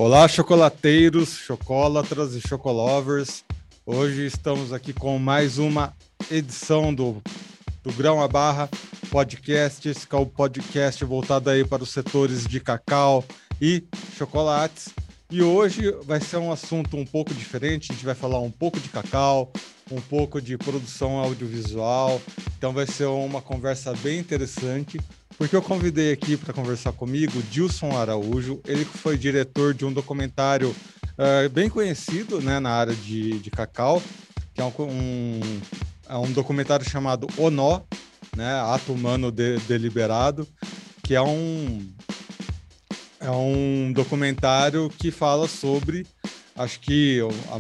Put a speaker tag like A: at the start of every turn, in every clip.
A: Olá, chocolateiros, chocolatras e chocolovers. Hoje estamos aqui com mais uma edição do Grão à Barra Podcasts, que é o podcast voltado aí para os setores de cacau e chocolates. E hoje vai ser um assunto um pouco diferente, a gente vai falar um pouco de cacau, um pouco de produção audiovisual. Então vai ser uma conversa bem interessante, porque eu convidei aqui para conversar comigo o Dilson Araújo. Ele foi diretor de um documentário bem conhecido, né, na área de cacau, que é um documentário chamado O Nó, né, Ato Humano Deliberado, que é um documentário que fala sobre, acho que o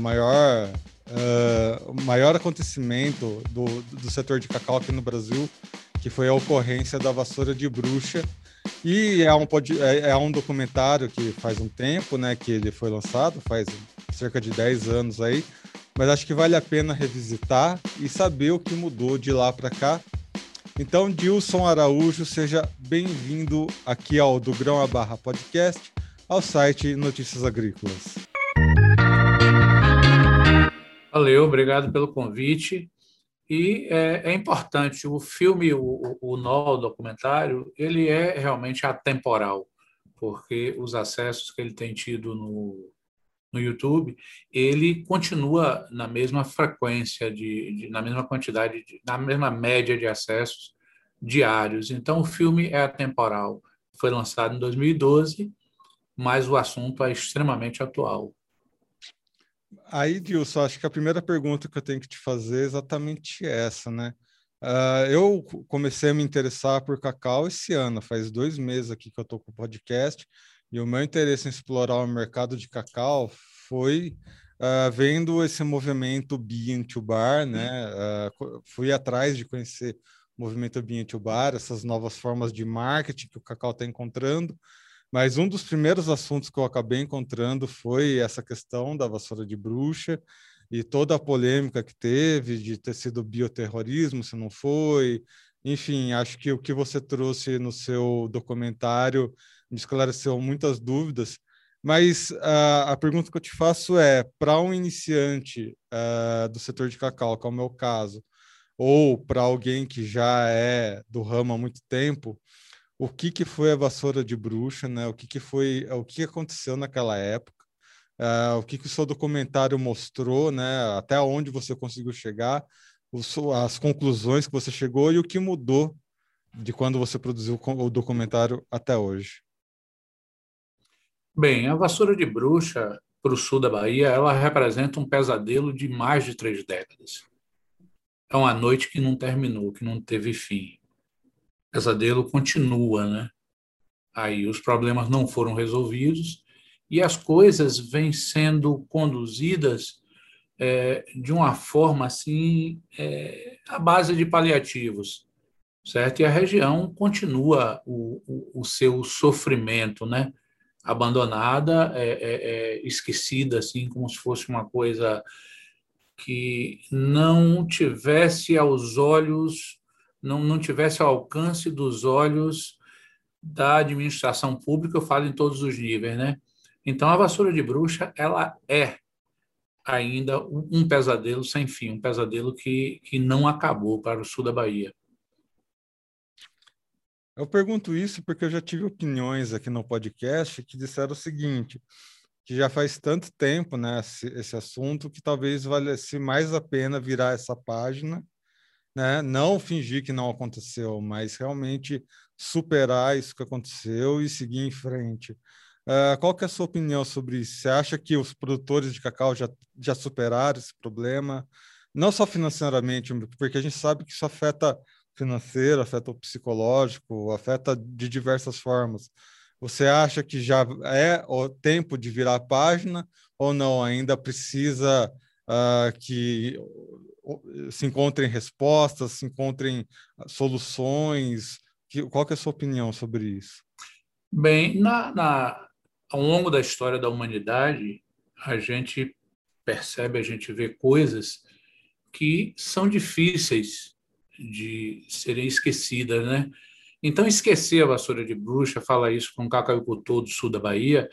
A: maior acontecimento do setor de cacau aqui no Brasil, que foi a ocorrência da vassoura de bruxa. E é um documentário que faz um tempo, né, que ele foi lançado, faz cerca de 10 anos aí, mas acho que vale a pena revisitar e saber o que mudou de lá para cá. Então, Dilson Araújo, seja bem-vindo aqui ao Do Grão à Barra Podcast, ao site Notícias Agrícolas.
B: Valeu, obrigado pelo convite. E é importante, o filme, o Nó, o documentário, ele é realmente atemporal, porque os acessos que ele tem tido no YouTube, ele continua na mesma frequência, na mesma quantidade, na mesma média de acessos diários. Então, o filme é atemporal. Foi lançado em 2012, mas o assunto é extremamente atual.
A: Aí, Dilson, acho que a primeira pergunta que eu tenho que te fazer é exatamente essa, né? Eu comecei a me interessar por cacau esse ano, faz 2 meses aqui que eu estou com o podcast, e o meu interesse em explorar o mercado de cacau foi vendo esse movimento Bean to Bar, né? Fui atrás de conhecer o movimento Bean to Bar, essas novas formas de marketing que o cacau está encontrando. Mas um dos primeiros assuntos que eu acabei encontrando foi essa questão da vassoura de bruxa e toda a polêmica que teve de ter sido bioterrorismo, se não foi. Enfim, acho que o que você trouxe no seu documentário me esclareceu muitas dúvidas. Mas a pergunta que eu te faço é, para um iniciante do setor de cacau, que é o meu caso, ou para alguém que já é do ramo há muito tempo, o que foi a vassoura de bruxa, né? O que aconteceu naquela época, o que o seu documentário mostrou, né? Até onde você conseguiu chegar, as conclusões que você chegou e o que mudou de quando você produziu o documentário até hoje.
B: Bem, a vassoura de bruxa para o sul da Bahia, ela representa um pesadelo de mais de 3 décadas. É uma noite que não terminou, que não teve fim. O pesadelo continua, né? Aí os problemas não foram resolvidos e as coisas vêm sendo conduzidas de uma forma assim, à base de paliativos, certo? E a região continua o seu sofrimento, né? Abandonada, esquecida, assim, como se fosse uma coisa que não tivesse aos olhos, não tivesse ao alcance dos olhos da administração pública, eu falo em todos os níveis, né? Então, a vassoura de bruxa, ela é ainda um pesadelo sem fim, um pesadelo que não acabou para o sul da Bahia.
A: Eu pergunto isso porque eu já tive opiniões aqui no podcast que disseram o seguinte, que já faz tanto tempo, né, esse assunto, que talvez valesse mais a pena virar essa página, né? Não fingir que não aconteceu, mas realmente superar isso que aconteceu e seguir em frente. Qual que é a sua opinião sobre isso? Você acha que os produtores de cacau já superaram esse problema? Não só financeiramente, porque a gente sabe que isso afeta financeiro, afeta o psicológico, afeta de diversas formas. Você acha que já é o tempo de virar a página ou não? Ainda precisa que se encontrem respostas, se encontrem soluções. Qual que é a sua opinião sobre isso?
B: Bem, ao longo da história da humanidade, a gente percebe, a gente vê coisas que são difíceis de serem esquecidas, né? Então, esquecer a vassoura de bruxa, falar isso com um cacauicultor do sul da Bahia,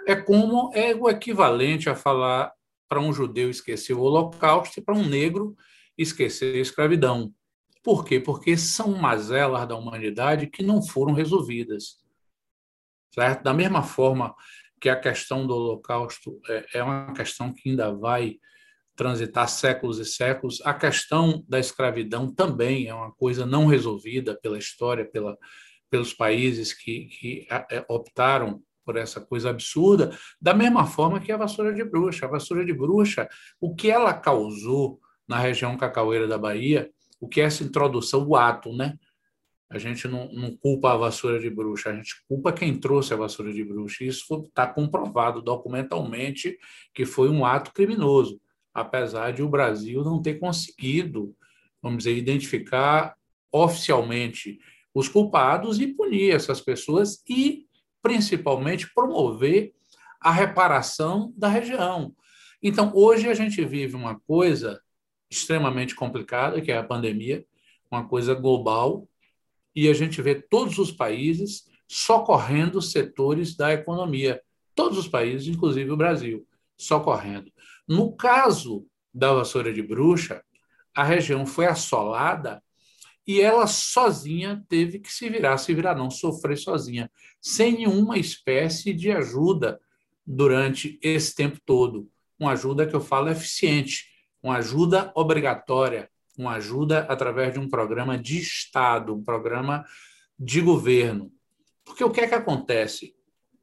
B: é o equivalente a falar para um judeu esquecer o Holocausto e para um negro esquecer a escravidão. Por quê? Porque são mazelas da humanidade que não foram resolvidas. Certo? Da mesma forma que a questão do Holocausto é uma questão que ainda vai transitar séculos e séculos, a questão da escravidão também é uma coisa não resolvida pela história, pelos países que optaram por essa coisa absurda, da mesma forma que a vassoura de bruxa. A vassoura de bruxa, o que ela causou na região cacaueira da Bahia, o que é essa introdução, o ato, né? A gente não culpa a vassoura de bruxa, a gente culpa quem trouxe a vassoura de bruxa. Isso está comprovado documentalmente que foi um ato criminoso, apesar de o Brasil não ter conseguido, vamos dizer, identificar oficialmente os culpados e punir essas pessoas e, principalmente, promover a reparação da região. Então, hoje a gente vive uma coisa extremamente complicada, que é a pandemia, uma coisa global, e a gente vê todos os países socorrendo setores da economia. Todos os países, inclusive o Brasil, socorrendo. No caso da vassoura de bruxa, a região foi assolada e ela sozinha teve que se virar não, sofrer sozinha, sem nenhuma espécie de ajuda durante esse tempo todo. Uma ajuda que eu falo eficiente, uma ajuda obrigatória, uma ajuda através de um programa de Estado, um programa de governo. Porque o que é que acontece?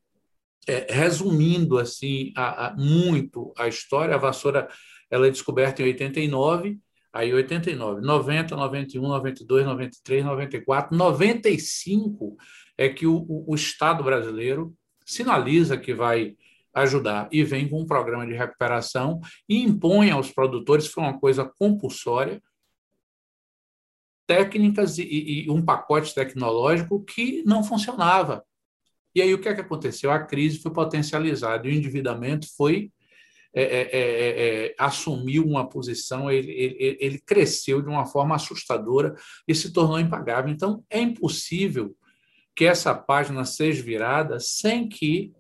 B: Resumindo assim muito a história, a vassoura ela é descoberta em 89, aí 89, 90, 91, 92, 93, 94, 95 é que o Estado brasileiro sinaliza que vai ajudar e vem com um programa de recuperação e impõe aos produtores, foi uma coisa compulsória, técnicas e um pacote tecnológico que não funcionava. E aí o que é que aconteceu? A crise foi potencializada e o endividamento foi assumiu uma posição, ele cresceu de uma forma assustadora e se tornou impagável. Então, é impossível que essa página seja virada sem que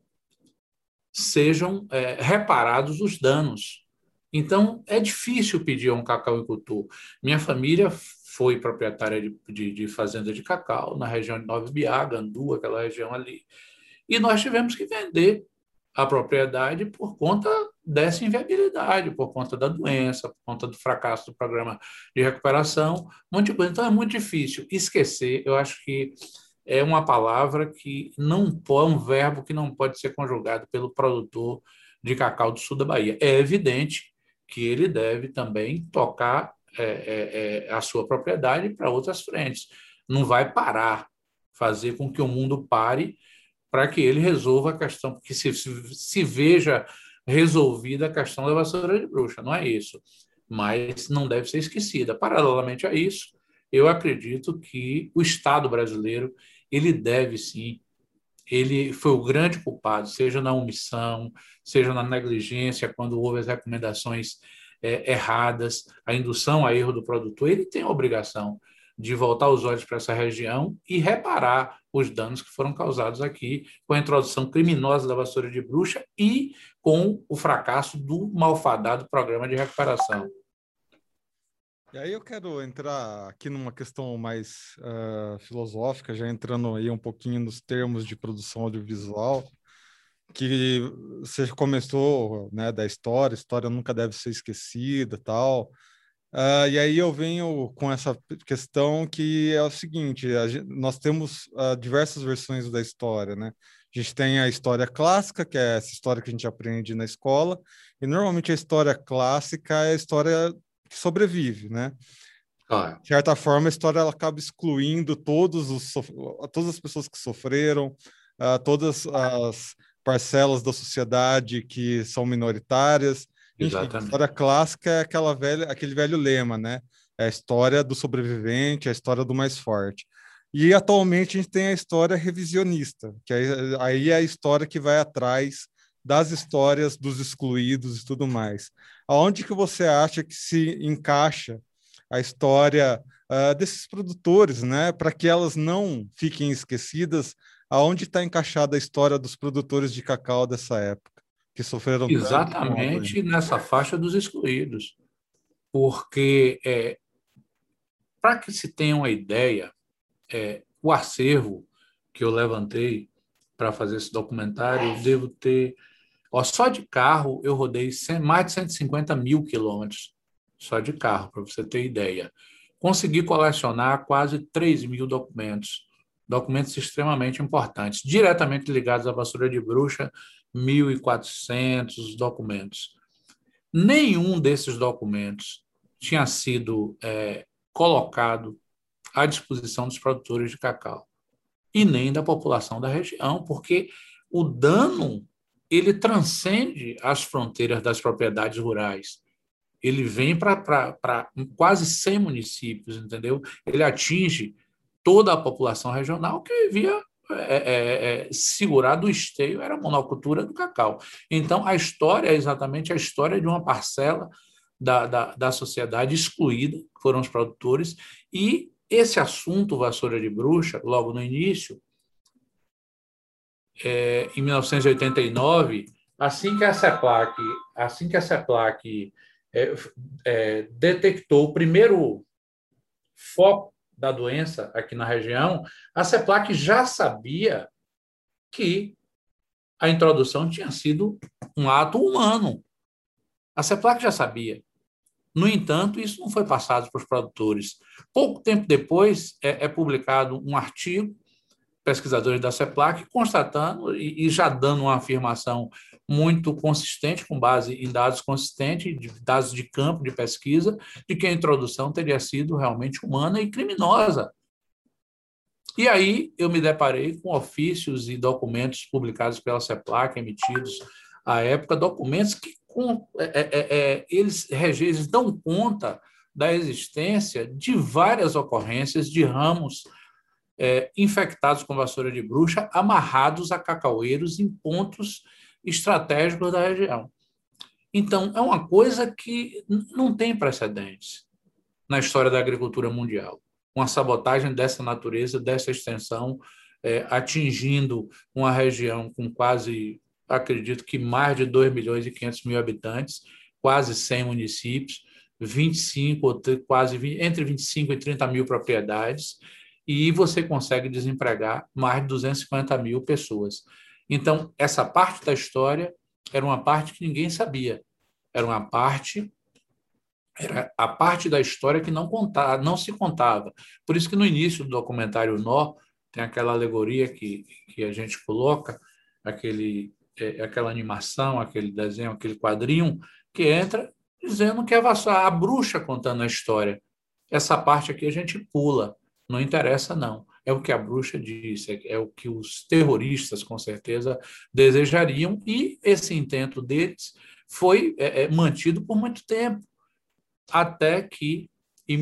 B: sejam reparados os danos. Então, é difícil pedir a um cacauicultor. Minha família foi proprietária de fazenda de cacau na região de Nova Biá, Gandu, aquela região ali. E nós tivemos que vender a propriedade por conta dessa inviabilidade, por conta da doença, por conta do fracasso do programa de recuperação, um monte de coisa. Então, é muito difícil esquecer. Eu acho que é uma palavra que não pode, um verbo que não pode ser conjugado pelo produtor de cacau do sul da Bahia. É evidente que ele deve também tocar a sua propriedade para outras frentes. Não vai parar, fazer com que o mundo pare para que ele resolva a questão, porque se veja resolvida a questão da vassoura de bruxa, não é isso. Mas não deve ser esquecida. Paralelamente a isso, eu acredito que o Estado brasileiro, ele deve sim, ele foi o grande culpado, seja na omissão, seja na negligência, quando houve as recomendações erradas, a indução a erro do produtor, ele tem a obrigação de voltar os olhos para essa região e reparar os danos que foram causados aqui com a introdução criminosa da vassoura de bruxa e com o fracasso do malfadado programa de recuperação.
A: E aí eu quero entrar aqui numa questão mais filosófica, já entrando aí um pouquinho nos termos de produção audiovisual, que você começou, né, da história, a história nunca deve ser esquecida, tal. E aí eu venho com essa questão que é o seguinte, nós temos diversas versões da história, né? A gente tem a história clássica, que é essa história que a gente aprende na escola, e normalmente a história clássica é a história que sobrevive, né? De certa forma, a história ela acaba excluindo todas as pessoas que sofreram, todas as parcelas da sociedade que são minoritárias. Enfim, a história clássica é aquele velho lema, né? É a história do sobrevivente, é a história do mais forte. E atualmente a gente tem a história revisionista, que aí é a história que vai atrás das histórias dos excluídos e tudo mais. Aonde que você acha que se encaixa a história desses produtores, né, para que elas não fiquem esquecidas, aonde está encaixada a história dos produtores de cacau dessa época, que sofreram tanto com a doença.
B: Exatamente nessa faixa dos excluídos. Porque, para que se tenha uma ideia, o acervo que eu levantei para fazer esse documentário, eu devo ter. Só de carro eu rodei mais de 150 mil quilômetros, só de carro, para você ter ideia. Consegui colecionar quase 3 mil documentos, documentos extremamente importantes, diretamente ligados à vassoura de bruxa, 1.400 documentos. Nenhum desses documentos tinha sido colocado à disposição dos produtores de cacau e nem da população da região, porque o dano ele transcende as fronteiras das propriedades rurais. Ele vem para quase 100 municípios, entendeu? Ele atinge toda a população regional que vivia segurado do esteio, era a monocultura do cacau. Então, a história é exatamente a história de uma parcela da sociedade excluída, que foram os produtores, e esse assunto, vassoura de bruxa, logo no início, em 1989, assim que a CEPLAC detectou o primeiro foco da doença aqui na região, a CEPLAC já sabia que a introdução tinha sido um ato humano. A CEPLAC já sabia. No entanto, isso não foi passado para os produtores. Pouco tempo depois, é publicado um artigo, pesquisadores da CEPLAC, constatando e já dando uma afirmação muito consistente, com base em dados consistentes, dados de campo, de pesquisa, de que a introdução teria sido realmente humana e criminosa. E aí eu me deparei com ofícios e documentos publicados pela CEPLAC, emitidos à época, documentos que eles dão conta da existência de várias ocorrências de ramos infectados com vassoura de bruxa, amarrados a cacaueiros em pontos estratégicos da região. Então, é uma coisa que não tem precedentes na história da agricultura mundial. Uma sabotagem dessa natureza, dessa extensão, atingindo uma região com quase, acredito que mais de 2 milhões e 500 mil habitantes, quase 100 municípios, 25, quase entre 25 e 30 mil propriedades, e você consegue desempregar mais de 250 mil pessoas. Então, essa parte da história era uma parte que ninguém sabia. Era a parte da história que não se contava. Por isso que no início do documentário Nó, tem aquela alegoria que a gente coloca, aquela animação, aquele desenho, aquele quadrinho, que entra dizendo que a bruxa contando a história. Essa parte aqui a gente pula. Não interessa, não. É o que a bruxa disse, é o que os terroristas, com certeza, desejariam, e esse intento deles foi mantido por muito tempo, até que, em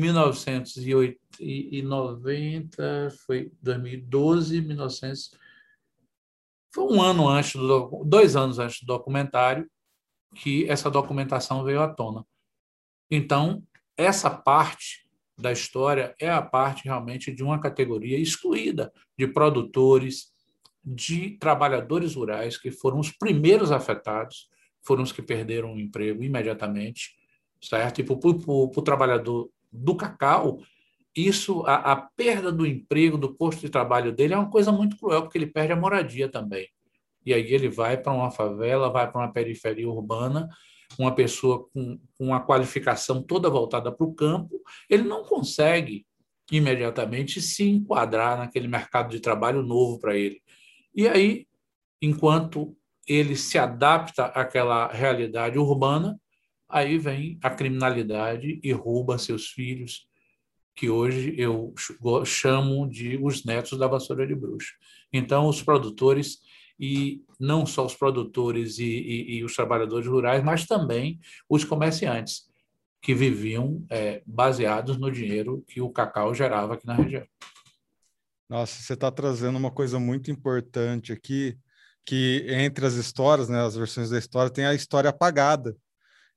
B: 1990, foi 2012, 1900, foi 2 anos antes do documentário, que essa documentação veio à tona. Então, essa parte da história é a parte realmente de uma categoria excluída de produtores, de trabalhadores rurais, que foram os primeiros afetados, foram os que perderam o emprego imediatamente, certo? E para o trabalhador do cacau, a perda do emprego, do posto de trabalho dele é uma coisa muito cruel, porque ele perde a moradia também. E aí ele vai para uma favela, vai para uma periferia urbana, uma pessoa com uma qualificação toda voltada para o campo, ele não consegue imediatamente se enquadrar naquele mercado de trabalho novo para ele. E aí, enquanto ele se adapta àquela realidade urbana, aí vem a criminalidade e rouba seus filhos, que hoje eu chamo de os netos da vassoura de bruxa. Então, os produtores, e não só os produtores e os trabalhadores rurais, mas também os comerciantes, que viviam baseados no dinheiro que o cacau gerava aqui na região.
A: Nossa, você está trazendo uma coisa muito importante aqui, que entre as histórias, né, as versões da história, tem a história apagada.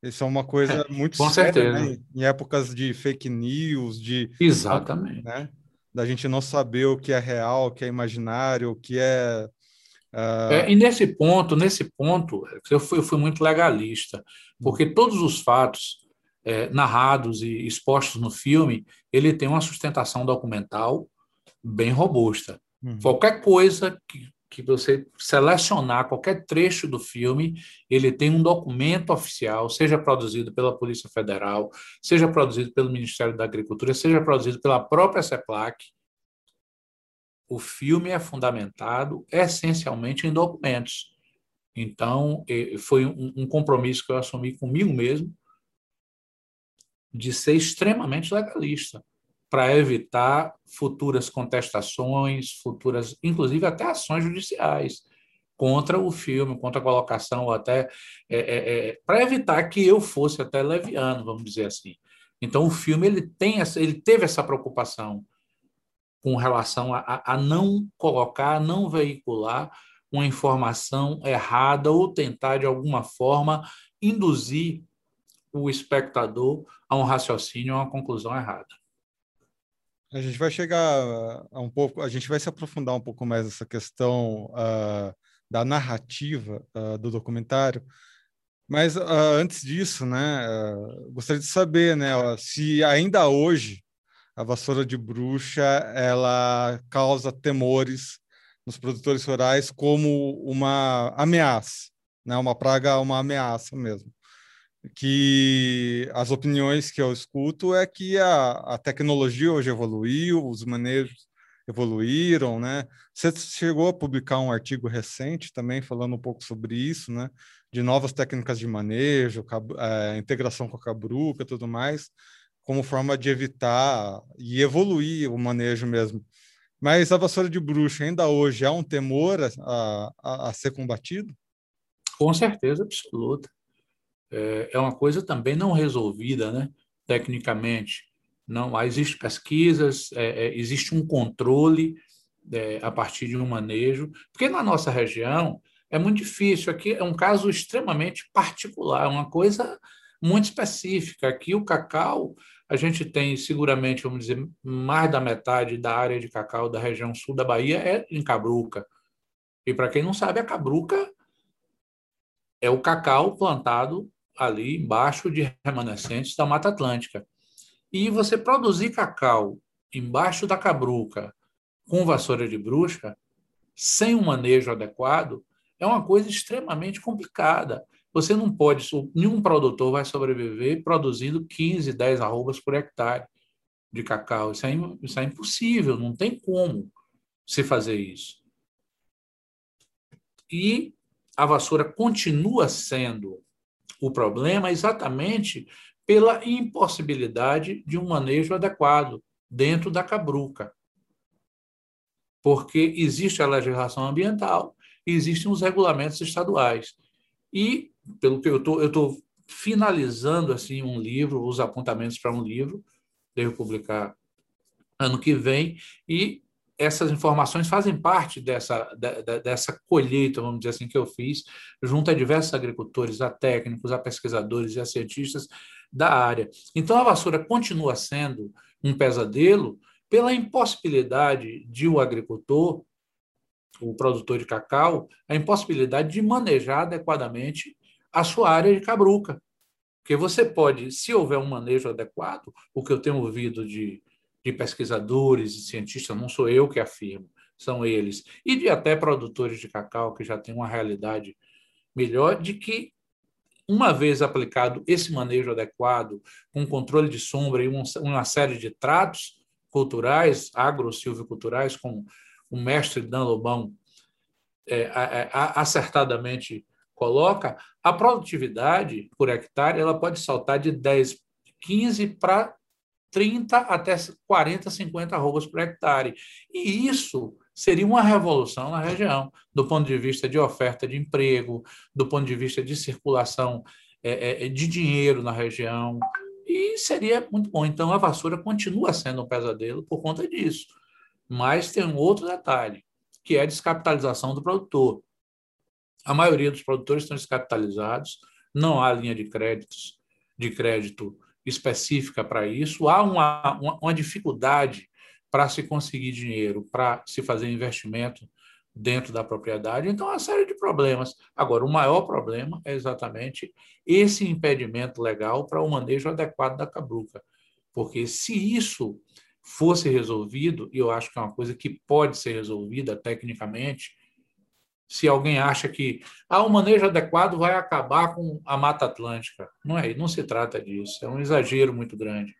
A: Isso é uma coisa muito
B: Com
A: séria, né?
B: certeza.
A: Em épocas de fake news,
B: Exatamente.
A: né? Da gente não saber o que é real, o que é imaginário, o que é.
B: E nesse ponto, eu fui muito legalista, porque todos os fatos narrados e expostos no filme, ele tem uma sustentação documental bem robusta.
A: Uhum.
B: Qualquer coisa que você selecionar, qualquer trecho do filme, ele tem um documento oficial, seja produzido pela Polícia Federal, seja produzido pelo Ministério da Agricultura, seja produzido pela própria CEPLAC. O filme é fundamentado essencialmente em documentos. Então, foi um compromisso que eu assumi comigo mesmo de ser extremamente legalista, para evitar futuras contestações, futuras, inclusive até ações judiciais contra o filme, contra a colocação, ou até para evitar que eu fosse até leviano, vamos dizer assim. Então, o filme ele teve essa preocupação com relação a não colocar, a não veicular uma informação errada ou tentar, de alguma forma, induzir o espectador a um raciocínio, a uma conclusão errada.
A: A gente vai chegar a um pouco, a gente vai se aprofundar um pouco mais nessa questão da narrativa do documentário, mas antes disso, né, gostaria de saber, né, se ainda hoje a vassoura de bruxa ela causa temores nos produtores rurais como uma ameaça, né, uma praga, uma ameaça mesmo. Que as opiniões que eu escuto é que a tecnologia hoje evoluiu, os manejos evoluíram, né? Você chegou a publicar um artigo recente também falando um pouco sobre isso, né? De novas técnicas de manejo, integração com a cabruca, tudo mais, como forma de evitar e evoluir o manejo mesmo. Mas a vassoura de bruxa ainda hoje é um temor a ser combatido?
B: Com certeza absoluta. É uma coisa também não resolvida, né, tecnicamente. Não, existem pesquisas, existe um controle a partir de um manejo, porque na nossa região é muito difícil. Aqui é um caso extremamente particular, uma coisa muito específica. Aqui o cacau, a gente tem seguramente, vamos dizer, mais da metade da área de cacau da região sul da Bahia é em Cabruca. E para quem não sabe, a Cabruca é o cacau plantado ali embaixo de remanescentes da Mata Atlântica. E você produzir cacau embaixo da cabruca com vassoura de bruxa, sem um manejo adequado, é uma coisa extremamente complicada. Você não pode, nenhum produtor vai sobreviver produzindo 15, 10 arrobas por hectare de cacau. Isso é impossível, não tem como se fazer isso. E a vassoura continua sendo o problema exatamente pela impossibilidade de um manejo adequado dentro da cabruca, porque existe a legislação ambiental e existem os regulamentos estaduais. E, pelo que eu estou finalizando assim um livro, os apontamentos para um livro, devo publicar ano que vem, e essas informações fazem parte dessa colheita, vamos dizer assim, que eu fiz, junto a diversos agricultores, a técnicos, a pesquisadores e a cientistas da área. Então, a vassoura continua sendo um pesadelo pela impossibilidade de o agricultor, o produtor de cacau, a impossibilidade de manejar adequadamente a sua área de cabruca. Porque você pode, se houver um manejo adequado, o que eu tenho ouvido de pesquisadores e cientistas, não sou eu que afirmo, são eles, e de até produtores de cacau que já têm uma realidade melhor, de que, uma vez aplicado esse manejo adequado, com controle de sombra e uma série de tratos culturais, agro-silviculturais, como o mestre Dan Lobão acertadamente coloca, a produtividade por hectare ela pode saltar de 10, 15 para 30 até 40, 50 arrobas por hectare. E isso seria uma revolução na região, do ponto de vista de oferta de emprego, do ponto de vista de circulação de dinheiro na região, e seria muito bom. Então, a vassoura continua sendo um pesadelo por conta disso. Mas tem um outro detalhe, que é a descapitalização do produtor. A maioria dos produtores estão descapitalizados, não há linha de crédito específica para isso, há uma dificuldade para se conseguir dinheiro, para se fazer investimento dentro da propriedade, então há uma série de problemas. Agora, o maior problema é exatamente esse impedimento legal para o manejo adequado da cabruca, porque se isso fosse resolvido, e eu acho que é uma coisa que pode ser resolvida tecnicamente, se alguém acha que o manejo adequado vai acabar com a Mata Atlântica. Não é, não se trata disso, é um exagero muito grande.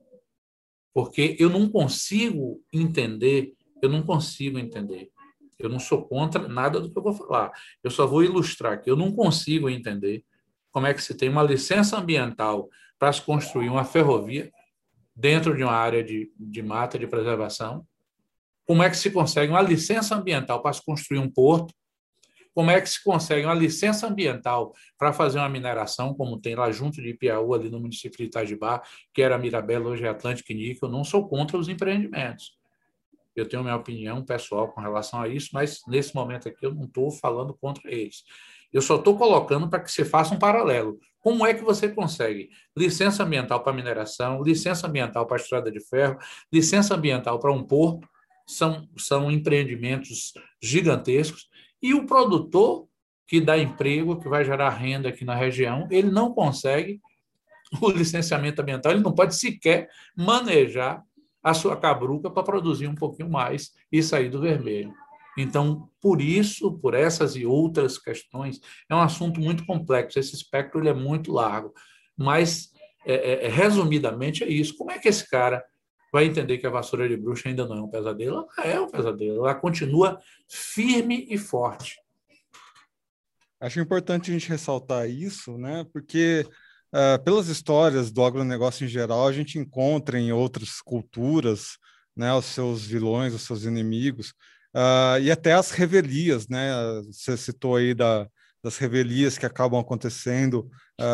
B: Porque eu não consigo entender, eu não consigo entender. Eu não sou contra nada do que eu vou falar. Eu só vou ilustrar que eu não consigo entender como é que se tem uma licença ambiental para se construir uma ferrovia dentro de uma área de mata de preservação. Como é que se consegue uma licença ambiental para se construir um porto? Como é que se consegue uma licença ambiental para fazer uma mineração, como tem lá junto de Ipiaú, ali no município de Itajibá, que era Mirabela, hoje é Atlântica e Níquel? Eu não sou contra os empreendimentos. Eu tenho minha opinião pessoal com relação a isso, mas nesse momento aqui eu não estou falando contra eles. Eu só estou colocando para que se faça um paralelo. Como é que você consegue licença ambiental para mineração, licença ambiental para a estrada de ferro, licença ambiental para um porto? São empreendimentos gigantescos. E o produtor que dá emprego, que vai gerar renda aqui na região, ele não consegue o licenciamento ambiental, ele não pode sequer manejar a sua cabruca para produzir um pouquinho mais e sair do vermelho. Então, por isso, por essas e outras questões, é um assunto muito complexo, esse espectro ele é muito largo, mas, resumidamente, é isso. Como é que esse cara vai entender que a vassoura de bruxa ainda não é um pesadelo? Ela é um pesadelo, ela continua firme e forte.
A: Acho importante a gente ressaltar isso, né? Porque pelas histórias do agronegócio em geral, a gente encontra em outras culturas, né, os seus vilões, os seus inimigos, e até as revelias, né? Você citou aí das revelias que acabam acontecendo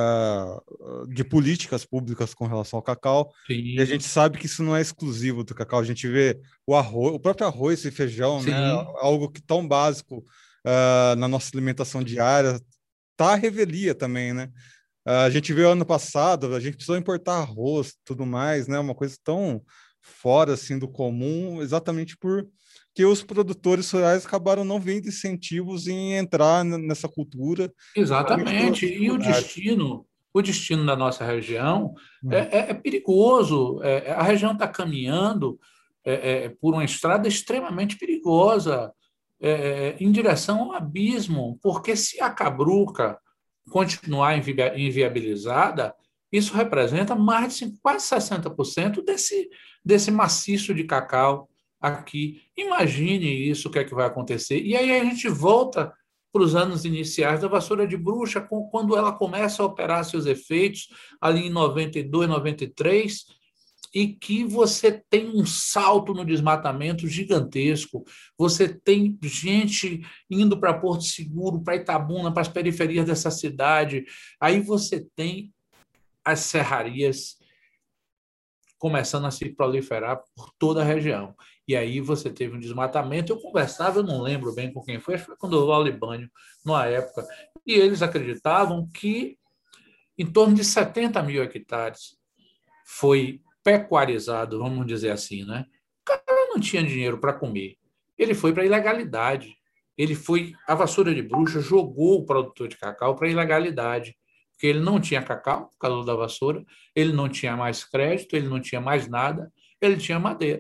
A: de políticas públicas com relação ao cacau. E a
B: Sim,
A: gente sabe que isso não é exclusivo do cacau. A gente vê o arroz, o próprio arroz e feijão, né?
B: sim.
A: Algo que tão básico na nossa alimentação diária, tá a revelia também, né? A gente viu ano passado, a gente precisou importar arroz, tudo mais, né? Uma coisa tão fora assim do comum, exatamente porque os produtores rurais acabaram não vendo incentivos em entrar nessa cultura, justamente pelas
B: Exatamente. E
A: dificuldades.
B: o destino da nossa região
A: Uhum.
B: é perigoso. A região está caminhando por uma estrada extremamente perigosa, em direção ao abismo, porque se a Cabruca continuar inviabilizada, isso representa mais de quase 60% desse maciço de cacau aqui. Imagine isso, o que é que vai acontecer. E aí a gente volta para os anos iniciais da vassoura de bruxa, quando ela começa a operar seus efeitos, ali em 92, 93, e que você tem um salto no desmatamento gigantesco, você tem gente indo para Porto Seguro, para Itabuna, para as periferias dessa cidade, aí você tem as serrarias começando a se proliferar por toda a região. E aí você teve um desmatamento. Eu conversava, eu não lembro bem com quem foi, acho que foi com o Durval Libânio, numa época, e eles acreditavam que em torno de 70 mil hectares foi pecuarizado, vamos dizer assim, né? O cara não tinha dinheiro para comer. Ele foi para a ilegalidade. A vassoura de bruxa jogou o produtor de cacau para a ilegalidade, porque ele não tinha cacau, por causa da vassoura, ele não tinha mais crédito, ele não tinha mais nada, ele tinha madeira.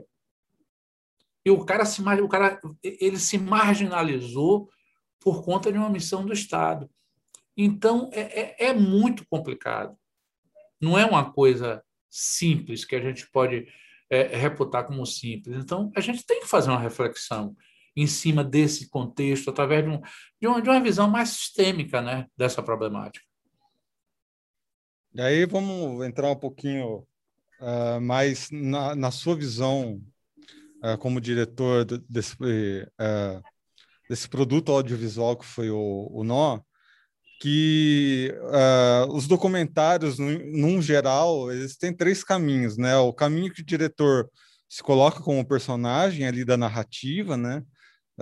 B: E ele se marginalizou por conta de uma missão do Estado. Então, é muito complicado. Não é uma coisa simples que a gente pode reputar como simples. Então, a gente tem que fazer uma reflexão em cima desse contexto, através de uma visão mais sistêmica, né, dessa problemática.
A: E aí vamos entrar um pouquinho mais na sua visão como diretor desse produto audiovisual que foi o Nó, que os documentários, num geral, eles têm três caminhos, né? O caminho que o diretor se coloca como personagem ali da narrativa, né?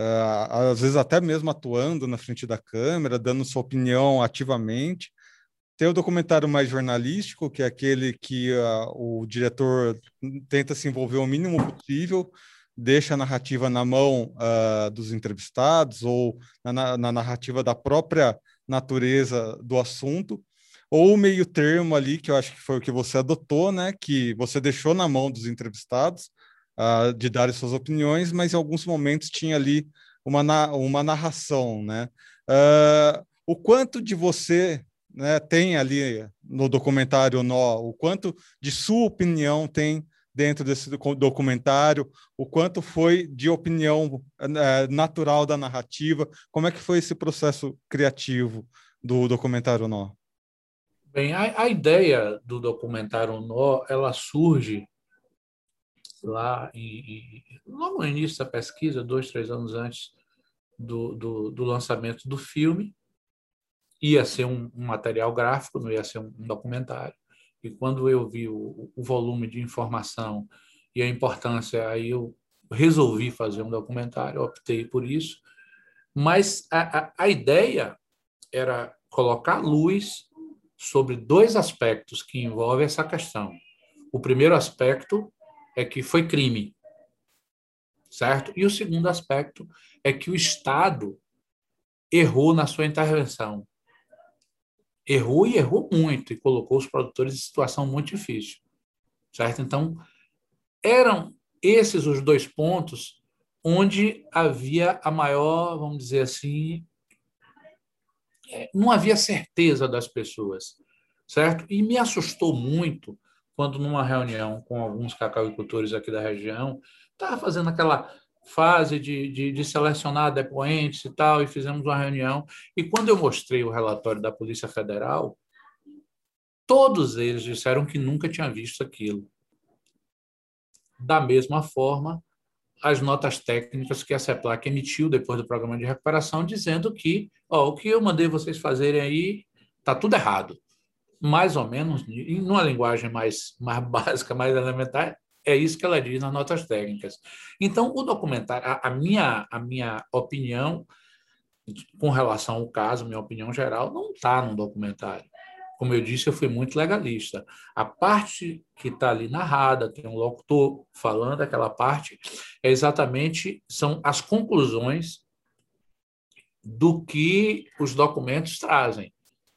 A: Às vezes até mesmo atuando na frente da câmera, dando sua opinião ativamente. Tem o documentário mais jornalístico, que é aquele que o diretor tenta se envolver o mínimo possível, deixa a narrativa na mão dos entrevistados ou na narrativa da própria natureza do assunto, ou o meio termo ali, que eu acho que foi o que você adotou, né? Que você deixou na mão dos entrevistados de darem suas opiniões, mas em alguns momentos tinha ali uma narração, né? O quanto de você, né, tem ali no documentário Nó, o quanto de sua opinião tem dentro desse documentário, o quanto foi de opinião natural da narrativa, como é que foi esse processo criativo do documentário Nó?
B: Bem, a ideia do documentário Nó, ela surge lá logo no início da pesquisa, 2, 3 anos antes do lançamento do filme. Ia ser um material gráfico, não ia ser um documentário. E quando eu vi o volume de informação e a importância, aí eu resolvi fazer um documentário, optei por isso. Mas a ideia era colocar luz sobre 2 aspectos que envolvem essa questão. O primeiro aspecto é que foi crime, certo? E o segundo aspecto é que o Estado errou na sua intervenção. Errou e errou muito e colocou os produtores em situação muito difícil, certo? Então, eram esses os 2 pontos onde havia a maior, vamos dizer assim, não havia certeza das pessoas, certo? E me assustou muito quando, numa reunião com alguns cacauicultores aqui da região, estava fazendo aquela fase de selecionar depoentes e tal, e fizemos uma reunião. E quando eu mostrei o relatório da Polícia Federal, todos eles disseram que nunca tinham visto aquilo. Da mesma forma, as notas técnicas que a CEPLAC emitiu depois do programa de recuperação, dizendo que o que eu mandei vocês fazerem aí está tudo errado. Mais ou menos, em uma linguagem mais básica, mais elementar, é isso que ela diz nas notas técnicas. Então, o documentário, a minha opinião com relação ao caso, minha opinião geral, não está no documentário. Como eu disse, eu fui muito legalista. A parte que está ali narrada, tem um locutor falando, aquela parte, são as conclusões do que os documentos trazem.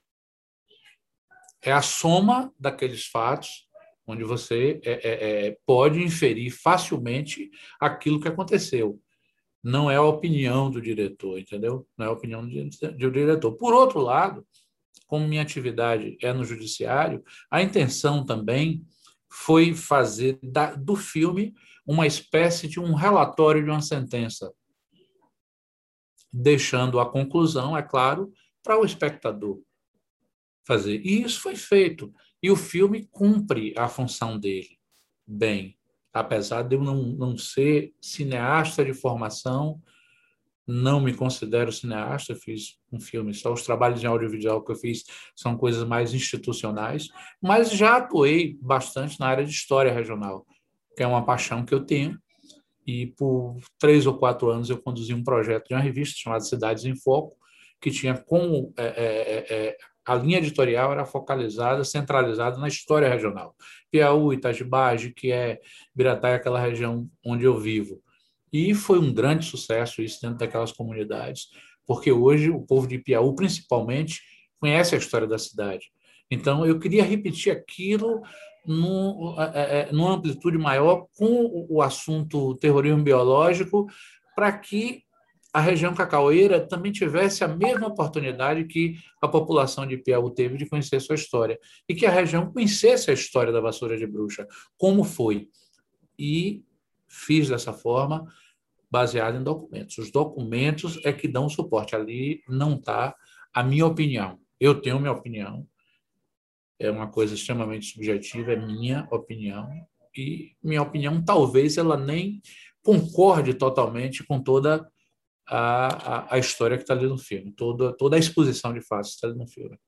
B: É a soma daqueles fatos, onde você pode inferir facilmente aquilo que aconteceu. Não é a opinião do diretor, entendeu? Não é a opinião do diretor. Por outro lado, como minha atividade é no judiciário, a intenção também foi fazer do filme uma espécie de um relatório de uma sentença, deixando a conclusão, é claro, para o espectador fazer. E isso foi feito. E o filme cumpre a função dele bem. Apesar de eu não ser cineasta de formação, não me considero cineasta, fiz um filme, só os trabalhos em audiovisual que eu fiz são coisas mais institucionais, mas já atuei bastante na área de história regional, que é uma paixão que eu tenho, e por 3 ou 4 anos eu conduzi um projeto de uma revista chamada Cidades em Foco, que tinha como a linha editorial era focalizada, centralizada na história regional. Piauí, Itajubá, Jequié, Biratá, aquela região onde eu vivo. E foi um grande sucesso isso dentro daquelas comunidades, porque hoje o povo de Piauí, principalmente, conhece a história da cidade. Então, eu queria repetir aquilo numa amplitude maior com o assunto terrorismo biológico, para que a região cacaueira também tivesse a mesma oportunidade que a população de Piauí teve de conhecer sua história, e que a região conhecesse a história da vassoura de bruxa, como foi. E fiz dessa forma, baseado em documentos. Os documentos é que dão suporte. Ali não está a minha opinião. Eu tenho minha opinião, é uma coisa extremamente subjetiva, é minha opinião, e minha opinião talvez ela nem concorde totalmente com toda a história que está ali no filme, toda a exposição de fatos que está ali no filme.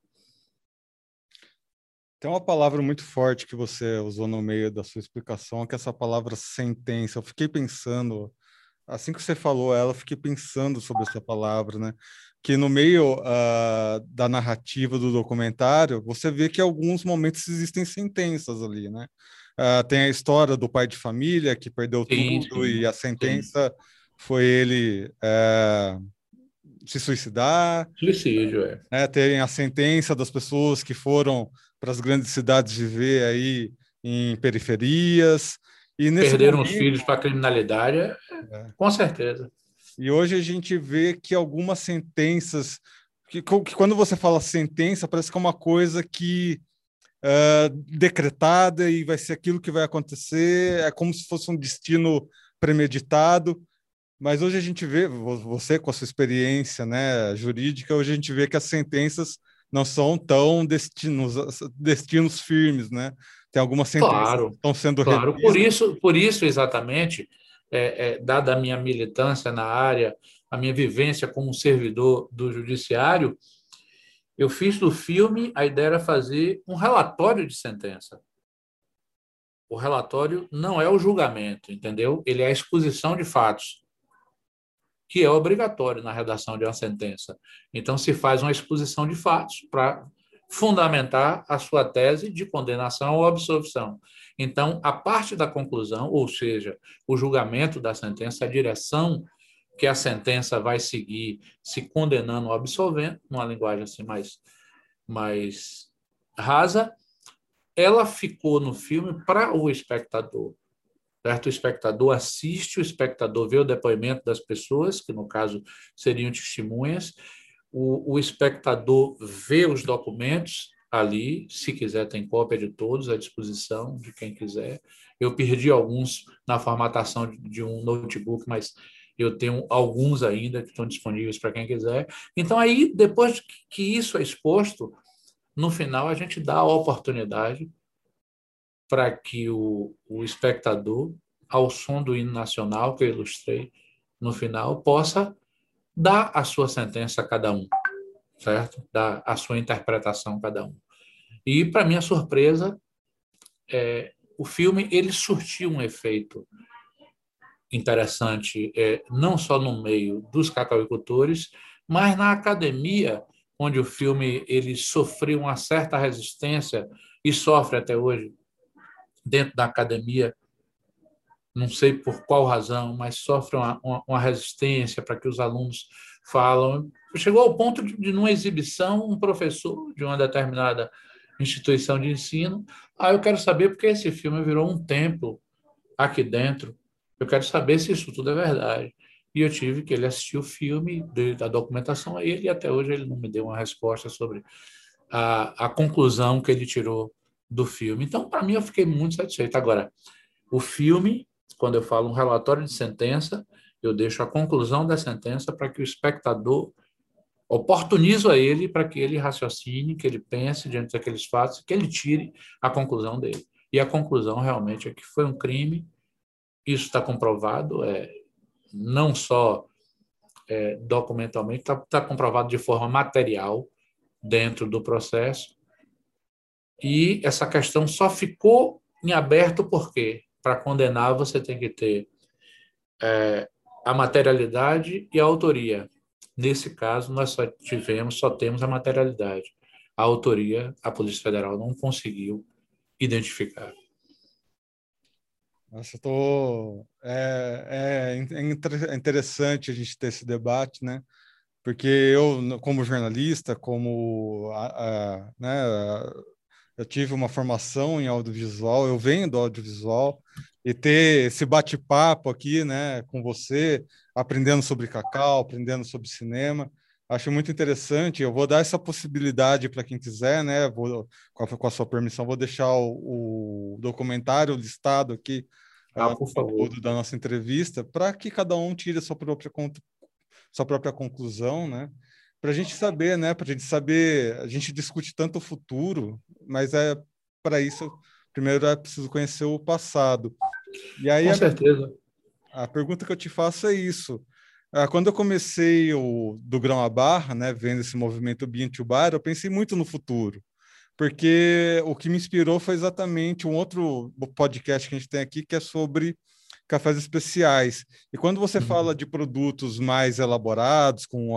A: Tem uma palavra muito forte que você usou no meio da sua explicação, que é essa palavra sentença. Eu fiquei pensando assim que você falou ela, eu fiquei pensando sobre essa palavra, né? Que no meio da narrativa do documentário, você vê que em alguns momentos existem sentenças ali, né? Tem a história do pai de família que perdeu
B: Sim,
A: tudo e
B: sim,
A: a
B: sim.
A: sentença foi ele se suicidar,
B: Suicídio, é.
A: né? Tem a sentença das pessoas que foram para as grandes cidades viver aí em periferias. E nesse
B: Perderam os
A: momento,
B: filhos para a criminalidade,
A: é,
B: com certeza.
A: e hoje a gente vê que algumas sentenças, que quando você fala sentença, parece que é uma coisa que decretada e vai ser aquilo que vai acontecer, é como se fosse um destino premeditado. Mas hoje a gente vê, você com a sua experiência, né, jurídica, hoje a gente vê que as sentenças não são tão destinos firmes, né? Tem algumas sentenças que
B: Claro,
A: estão sendo
B: claro.
A: revistas.
B: Por isso exatamente, dada a minha militância na área, a minha vivência como servidor do judiciário, eu fiz do filme, a ideia era fazer um relatório de sentença. O relatório não é o julgamento, entendeu? Ele é a exposição de fatos, que é obrigatório na redação de uma sentença. Então, se faz uma exposição de fatos para fundamentar a sua tese de condenação ou absolvição. Então, a parte da conclusão, ou seja, o julgamento da sentença, a direção que a sentença vai seguir, se condenando ou absolvendo, numa linguagem assim mais rasa, ela ficou no filme para o espectador. Certo? O espectador assiste, o espectador vê o depoimento das pessoas, que no caso seriam testemunhas, o espectador vê os documentos ali, se quiser tem cópia de todos à disposição de quem quiser. Eu perdi alguns na formatação de um notebook, mas eu tenho alguns ainda que estão disponíveis para quem quiser. Então aí, depois que isso é exposto, no final a gente dá a oportunidade para que o espectador, ao som do hino nacional que eu ilustrei no final, possa dar a sua sentença a cada um, certo? Dar a sua interpretação a cada um. E, para minha surpresa, o filme ele surtiu um efeito interessante, não só no meio dos cacauicultores, mas na academia, onde o filme ele sofreu uma certa resistência e sofre até hoje dentro da academia, não sei por qual razão, mas sofre uma resistência para que os alunos falam. Chegou ao ponto de numa exibição, um professor de uma determinada instituição de ensino, eu quero saber porque esse filme virou um templo aqui dentro, eu quero saber se isso tudo é verdade. E eu tive que ele assistir o filme, da documentação a ele, e até hoje ele não me deu uma resposta sobre a conclusão que ele tirou do filme. Então, para mim, eu fiquei muito satisfeito. Agora, o filme, quando eu falo um relatório de sentença, eu deixo a conclusão da sentença para que o espectador oportunizo a ele para que ele raciocine, que ele pense diante daqueles fatos, que ele tire a conclusão dele. E a conclusão realmente é que foi um crime, isso está comprovado, não só documentalmente, está comprovado de forma material dentro do processo. E essa questão só ficou em aberto porque, para condenar, você tem que ter a materialidade e a autoria. Nesse caso, nós só temos a materialidade. A autoria, a Polícia Federal não conseguiu identificar.
A: Nossa, eu tô... é interessante a gente ter esse debate, né? Porque eu, como jornalista, né, eu tive uma formação em audiovisual, eu venho do audiovisual, e ter esse bate-papo aqui, né, com você, aprendendo sobre Cacau, aprendendo sobre cinema, acho muito interessante. Eu vou dar essa possibilidade para quem quiser, né, com a sua permissão, vou deixar o documentário listado aqui
B: Por
A: no
B: favor.
A: conteúdo da nossa entrevista, para que cada um tire a sua própria conclusão, né? Para a gente saber, né? Para a gente saber, a gente discute tanto o futuro, mas para isso, primeiro é preciso conhecer o passado. E aí
B: Com certeza.
A: a pergunta que eu te faço é isso. Quando eu comecei do grão à barra, né, vendo esse movimento Bean to Bar, eu pensei muito no futuro, porque o que me inspirou foi exatamente um outro podcast que a gente tem aqui, que é sobre cafés especiais. E quando você fala de produtos mais elaborados, com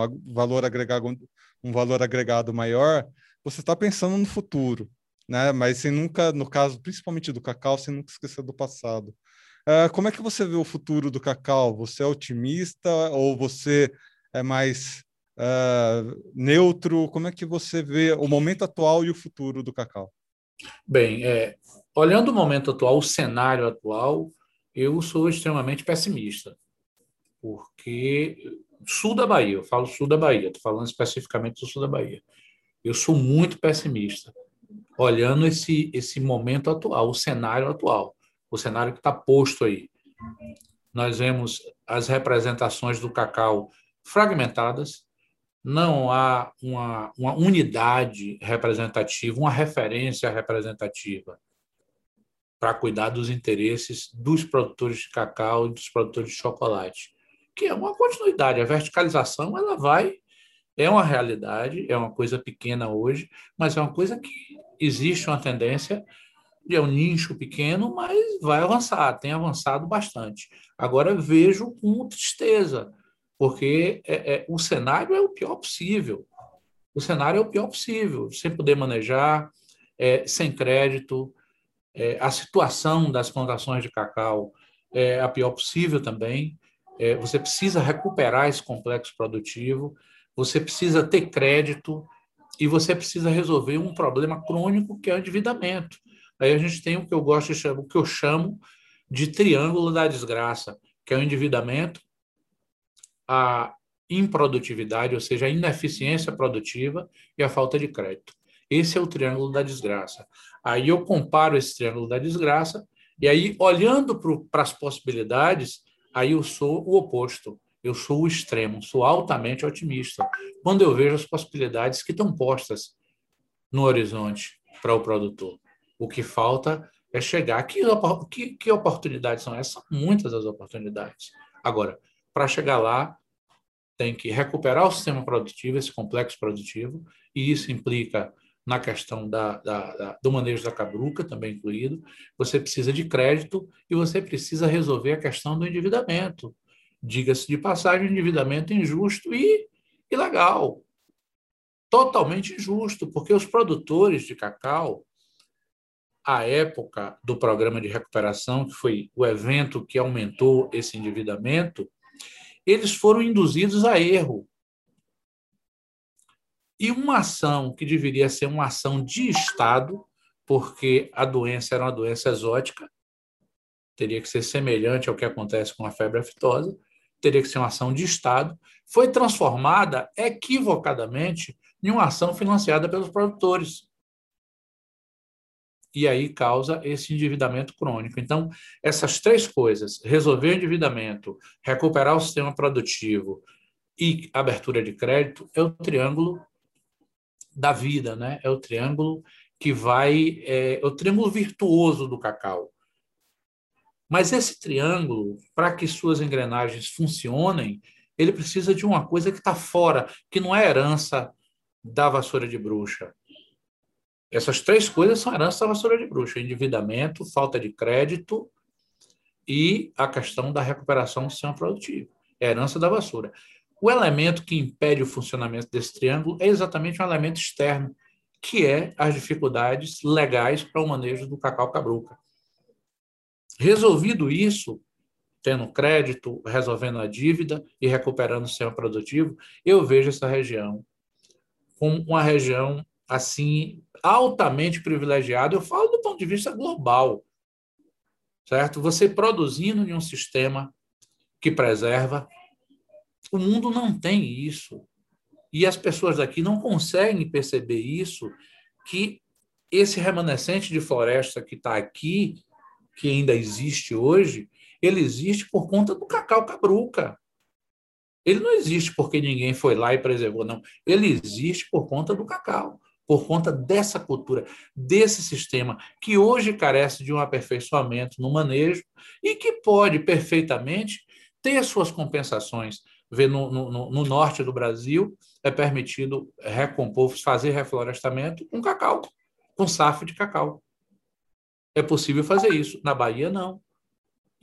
A: um valor agregado maior, você está pensando no futuro, né? Mas sem nunca, no caso, principalmente do cacau, sem nunca esquecer do passado. Como é que você vê o futuro do cacau? Você é otimista ou você é mais neutro? Como é que você vê o momento atual e o futuro do cacau?
B: Bem, olhando o momento atual, o cenário atual, eu sou extremamente pessimista, porque sul da Bahia, eu falo sul da Bahia, estou falando especificamente do sul da Bahia. Eu sou muito pessimista, olhando esse momento atual, o cenário atual, o cenário que está posto aí. Nós vemos as representações do cacau fragmentadas, não há uma unidade representativa, uma referência representativa para cuidar dos interesses dos produtores de cacau e dos produtores de chocolate, que é uma continuidade. A verticalização ela é uma realidade, é uma coisa pequena hoje, mas é uma coisa que existe uma tendência de um nicho pequeno, mas vai avançar, tem avançado bastante. Agora vejo com tristeza, porque o cenário é o pior possível. O cenário é o pior possível, sem poder manejar, sem crédito, a situação das plantações de cacau é a pior possível também. Você precisa recuperar esse complexo produtivo, você precisa ter crédito e você precisa resolver um problema crônico que é o endividamento. Aí a gente tem o que eu gosto de chamar, o que eu chamo de triângulo da desgraça, que é o endividamento, a improdutividade, ou seja, a ineficiência produtiva e a falta de crédito. Esse é o triângulo da desgraça. Aí eu comparo esse triângulo da desgraça e aí, olhando para as possibilidades, aí eu sou o oposto. Eu sou o extremo, sou altamente otimista. Quando eu vejo as possibilidades que estão postas no horizonte para o produtor. O que falta é chegar. Que oportunidades são essas? São muitas as oportunidades. Agora, para chegar lá, tem que recuperar o sistema produtivo, esse complexo produtivo, e isso implica na questão do manejo da cabruca, também incluído. Você precisa de crédito e você precisa resolver a questão do endividamento. Diga-se de passagem, endividamento injusto e ilegal. Totalmente injusto, porque os produtores de cacau, à época do programa de recuperação, que foi o evento que aumentou esse endividamento, eles foram induzidos a erro. E uma ação que deveria ser uma ação de Estado, porque a doença era uma doença exótica, teria que ser semelhante ao que acontece com a febre aftosa, teria que ser uma ação de Estado, foi transformada equivocadamente em uma ação financiada pelos produtores. E aí causa esse endividamento crônico. Então, essas três coisas, resolver o endividamento, recuperar o sistema produtivo e abertura de crédito, é o triângulo da vida, né? É o triângulo que é o triângulo virtuoso do cacau. Mas esse triângulo, para que suas engrenagens funcionem, ele precisa de uma coisa que está fora, que não é herança da vassoura de bruxa. Essas três coisas são herança da vassoura de bruxa: endividamento, falta de crédito e a questão da recuperação do sistema produtivo. É a herança da vassoura. O elemento que impede o funcionamento desse triângulo é exatamente um elemento externo, que é as dificuldades legais para o manejo do cacau cabruca. Resolvido isso, tendo crédito, resolvendo a dívida e recuperando o sistema produtivo, eu vejo essa região como uma região assim altamente privilegiada. Eu falo do ponto de vista global, certo? Você produzindo em um sistema que preserva, o mundo não tem isso. E as pessoas daqui não conseguem perceber isso, que esse remanescente de floresta que está aqui, que ainda existe hoje, ele existe por conta do cacau cabruca. Ele não existe porque ninguém foi lá e preservou, não. Ele existe por conta do cacau, por conta dessa cultura, desse sistema, que hoje carece de um aperfeiçoamento no manejo e que pode perfeitamente ter suas compensações. Vê no norte do Brasil, é permitido recompor, fazer reflorestamento com cacau, com safra de cacau. É possível fazer isso. Na Bahia, não.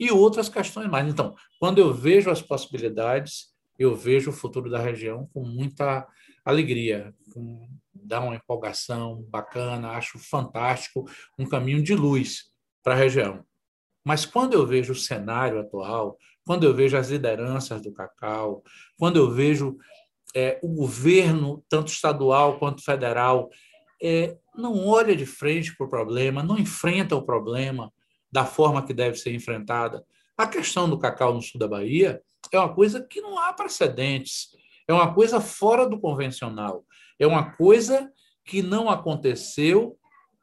B: e outras questões mais. Então, quando eu vejo as possibilidades, eu vejo o futuro da região com muita alegria, dá uma empolgação bacana, acho fantástico, um caminho de luz para a região. Mas quando eu vejo o cenário atual, quando eu vejo as lideranças do cacau, quando eu vejo o governo, tanto estadual quanto federal, não olha de frente para o problema, não enfrenta o problema da forma que deve ser enfrentada. A questão do cacau no sul da Bahia é uma coisa que não há precedentes, é uma coisa fora do convencional, é uma coisa que não aconteceu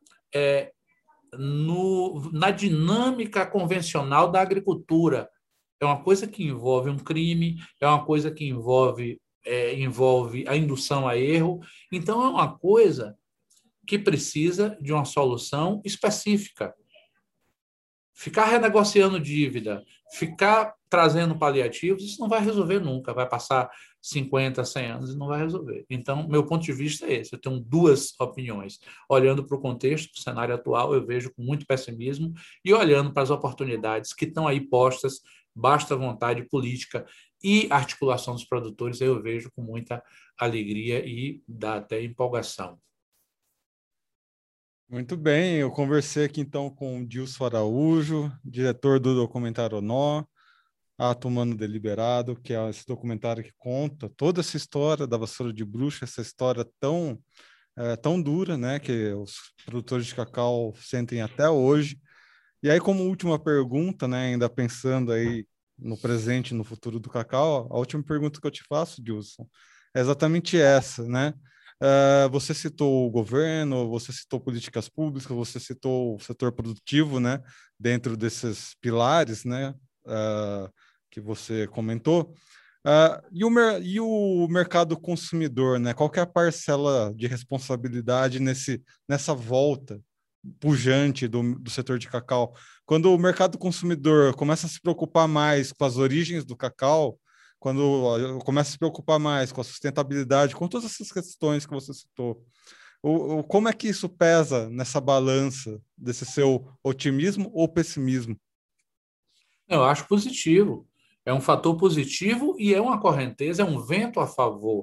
B: na dinâmica convencional da agricultura. É uma coisa que envolve um crime, é uma coisa que envolve a indução a erro. Então, é uma coisa que precisa de uma solução específica. Ficar renegociando dívida, ficar trazendo paliativos, isso não vai resolver nunca. Vai passar 50, 100 anos e não vai resolver. Então, meu ponto de vista é esse. Eu tenho duas opiniões. Olhando para o contexto, para o cenário atual, eu vejo com muito pessimismo, e olhando para as oportunidades que estão aí postas, basta vontade política e articulação dos produtores, eu vejo com muita alegria e dá até empolgação.
A: Muito bem, eu conversei aqui então com o Dilson Araújo, diretor do documentário Nó, Ato Humano Deliberado, que é esse documentário que conta toda essa história da vassoura de bruxa, essa história tão dura, né, que os produtores de cacau sentem até hoje. E aí, como última pergunta, né, ainda pensando aí no presente e no futuro do cacau, a última pergunta que eu te faço, Dilson, é exatamente essa, né? Você citou o governo, você citou políticas públicas, você citou o setor produtivo, né? Dentro desses pilares, né? Que você comentou. E o mercado consumidor, né? Qual que é a parcela de responsabilidade nessa volta pujante do setor de cacau? Quando o mercado consumidor começa a se preocupar mais com as origens do cacau, quando começa a se preocupar mais com a sustentabilidade, com todas essas questões que você citou, como é que isso pesa nessa balança desse seu otimismo ou pessimismo?
B: Eu acho positivo. É um fator positivo e é uma correnteza, é um vento a favor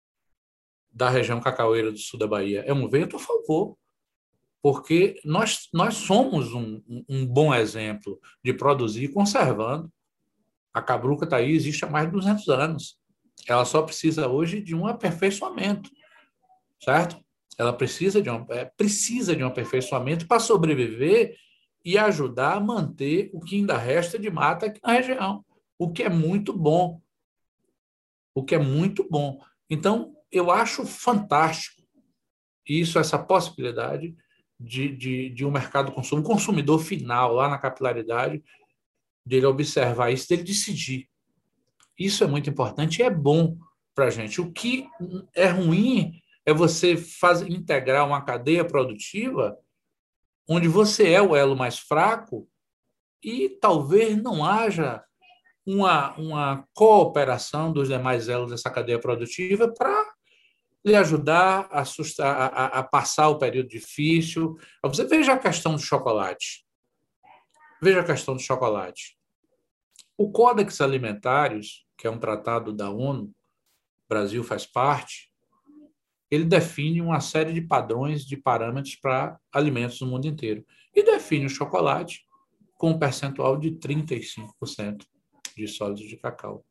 B: da região cacaueira do sul da Bahia. É um vento a favor, porque nós somos um bom exemplo de produzir conservando. A cabruca está aí, existe há mais de 200 anos. Ela só precisa hoje de um aperfeiçoamento, certo? Ela precisa de um aperfeiçoamento para sobreviver e ajudar a manter o que ainda resta de mata aqui na região, o que é muito bom. O que é muito bom. Então, eu acho fantástico isso, essa possibilidade de um mercado consumo, um consumidor final lá na capilaridade, dele observar isso, dele decidir. Isso é muito importante e é bom para a gente. O que é ruim é você integrar uma cadeia produtiva onde você é o elo mais fraco e talvez não haja uma cooperação dos demais elos dessa cadeia produtiva para lhe ajudar a passar o período difícil. Você veja a questão do chocolate. Veja a questão do chocolate. O Códex Alimentários, que é um tratado da ONU, o Brasil faz parte, ele define uma série de padrões, de parâmetros para alimentos no mundo inteiro. E define o chocolate com um percentual de 35% de sólidos de cacau.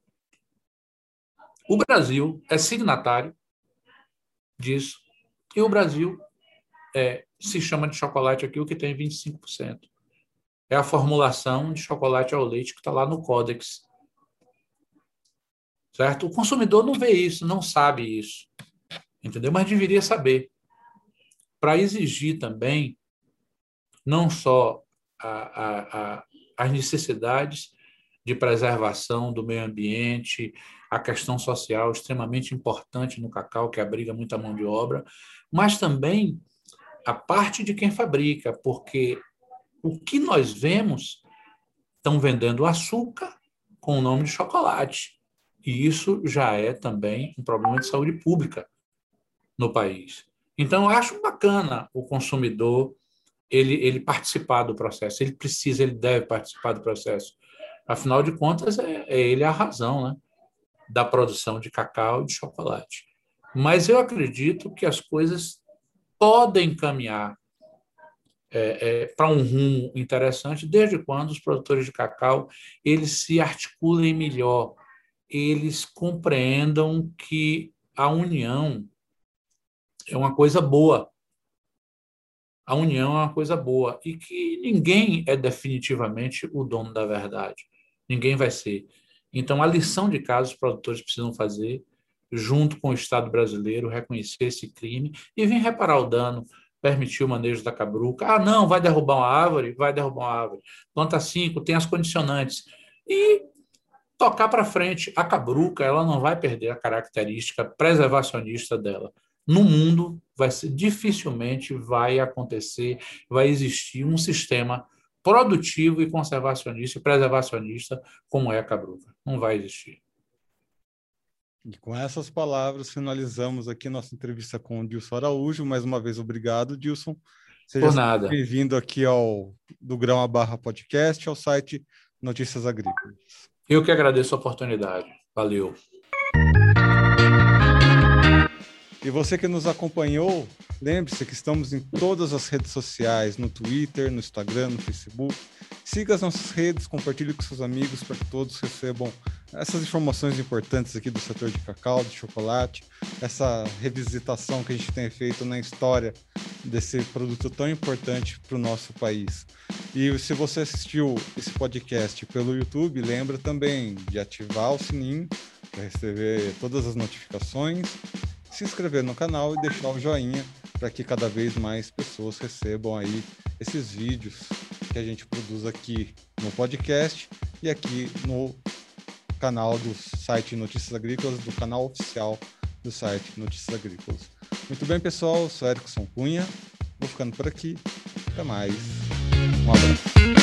B: O Brasil é signatário disso, e o Brasil se chama de chocolate aqui o que tem 25%. É a formulação de chocolate ao leite que está lá no Códex. Certo? O consumidor não vê isso, não sabe isso, entendeu? Mas deveria saber. Para exigir também, não só as necessidades de preservação do meio ambiente, a questão social extremamente importante no cacau, que abriga muita mão de obra, mas também a parte de quem fabrica, porque o que nós vemos, estão vendendo açúcar com o nome de chocolate. E isso já é também um problema de saúde pública no país. Então, eu acho bacana o consumidor ele participar do processo. Ele deve participar do processo. Afinal de contas, é ele a razão, né, da produção de cacau e de chocolate. Mas eu acredito que as coisas podem caminhar para um rumo interessante, desde quando os produtores de cacau eles se articulem melhor, eles compreendam que a união é uma coisa boa, a união é uma coisa boa e que ninguém é definitivamente o dono da verdade, ninguém vai ser. Então, a lição de casa os produtores precisam fazer, junto com o Estado brasileiro, reconhecer esse crime e vir reparar o dano, permitir o manejo da cabruca. Ah, não, vai derrubar uma árvore? Vai derrubar uma árvore. Planta 5, tem as condicionantes. E tocar para frente. A cabruca ela não vai perder a característica preservacionista dela. No mundo, dificilmente vai acontecer, vai existir um sistema produtivo e conservacionista e preservacionista como é a cabruca. Não vai existir.
A: E com essas palavras, finalizamos aqui nossa entrevista com o Dilson Araújo. Mais uma vez, obrigado, Dilson. Seja bem-vindo aqui ao Do Grão à Barra Podcast, ao site Notícias Agrícolas.
B: Eu que agradeço a oportunidade. Valeu.
A: E você que nos acompanhou, lembre-se que estamos em todas as redes sociais, no Twitter, no Instagram, no Facebook. Siga as nossas redes, compartilhe com seus amigos para que todos recebam essas informações importantes aqui do setor de cacau, de chocolate, essa revisitação que a gente tem feito na história desse produto tão importante para o nosso país. E se você assistiu esse podcast pelo YouTube, lembra também de ativar o sininho para receber todas as notificações, se inscrever no canal e deixar o joinha para que cada vez mais pessoas recebam aí esses vídeos que a gente produz aqui no podcast e aqui no canal do site Notícias Agrícolas, do canal oficial do site Notícias Agrícolas. Muito bem, pessoal, eu sou Erickson Cunha, vou ficando por aqui. Até mais. Um abraço.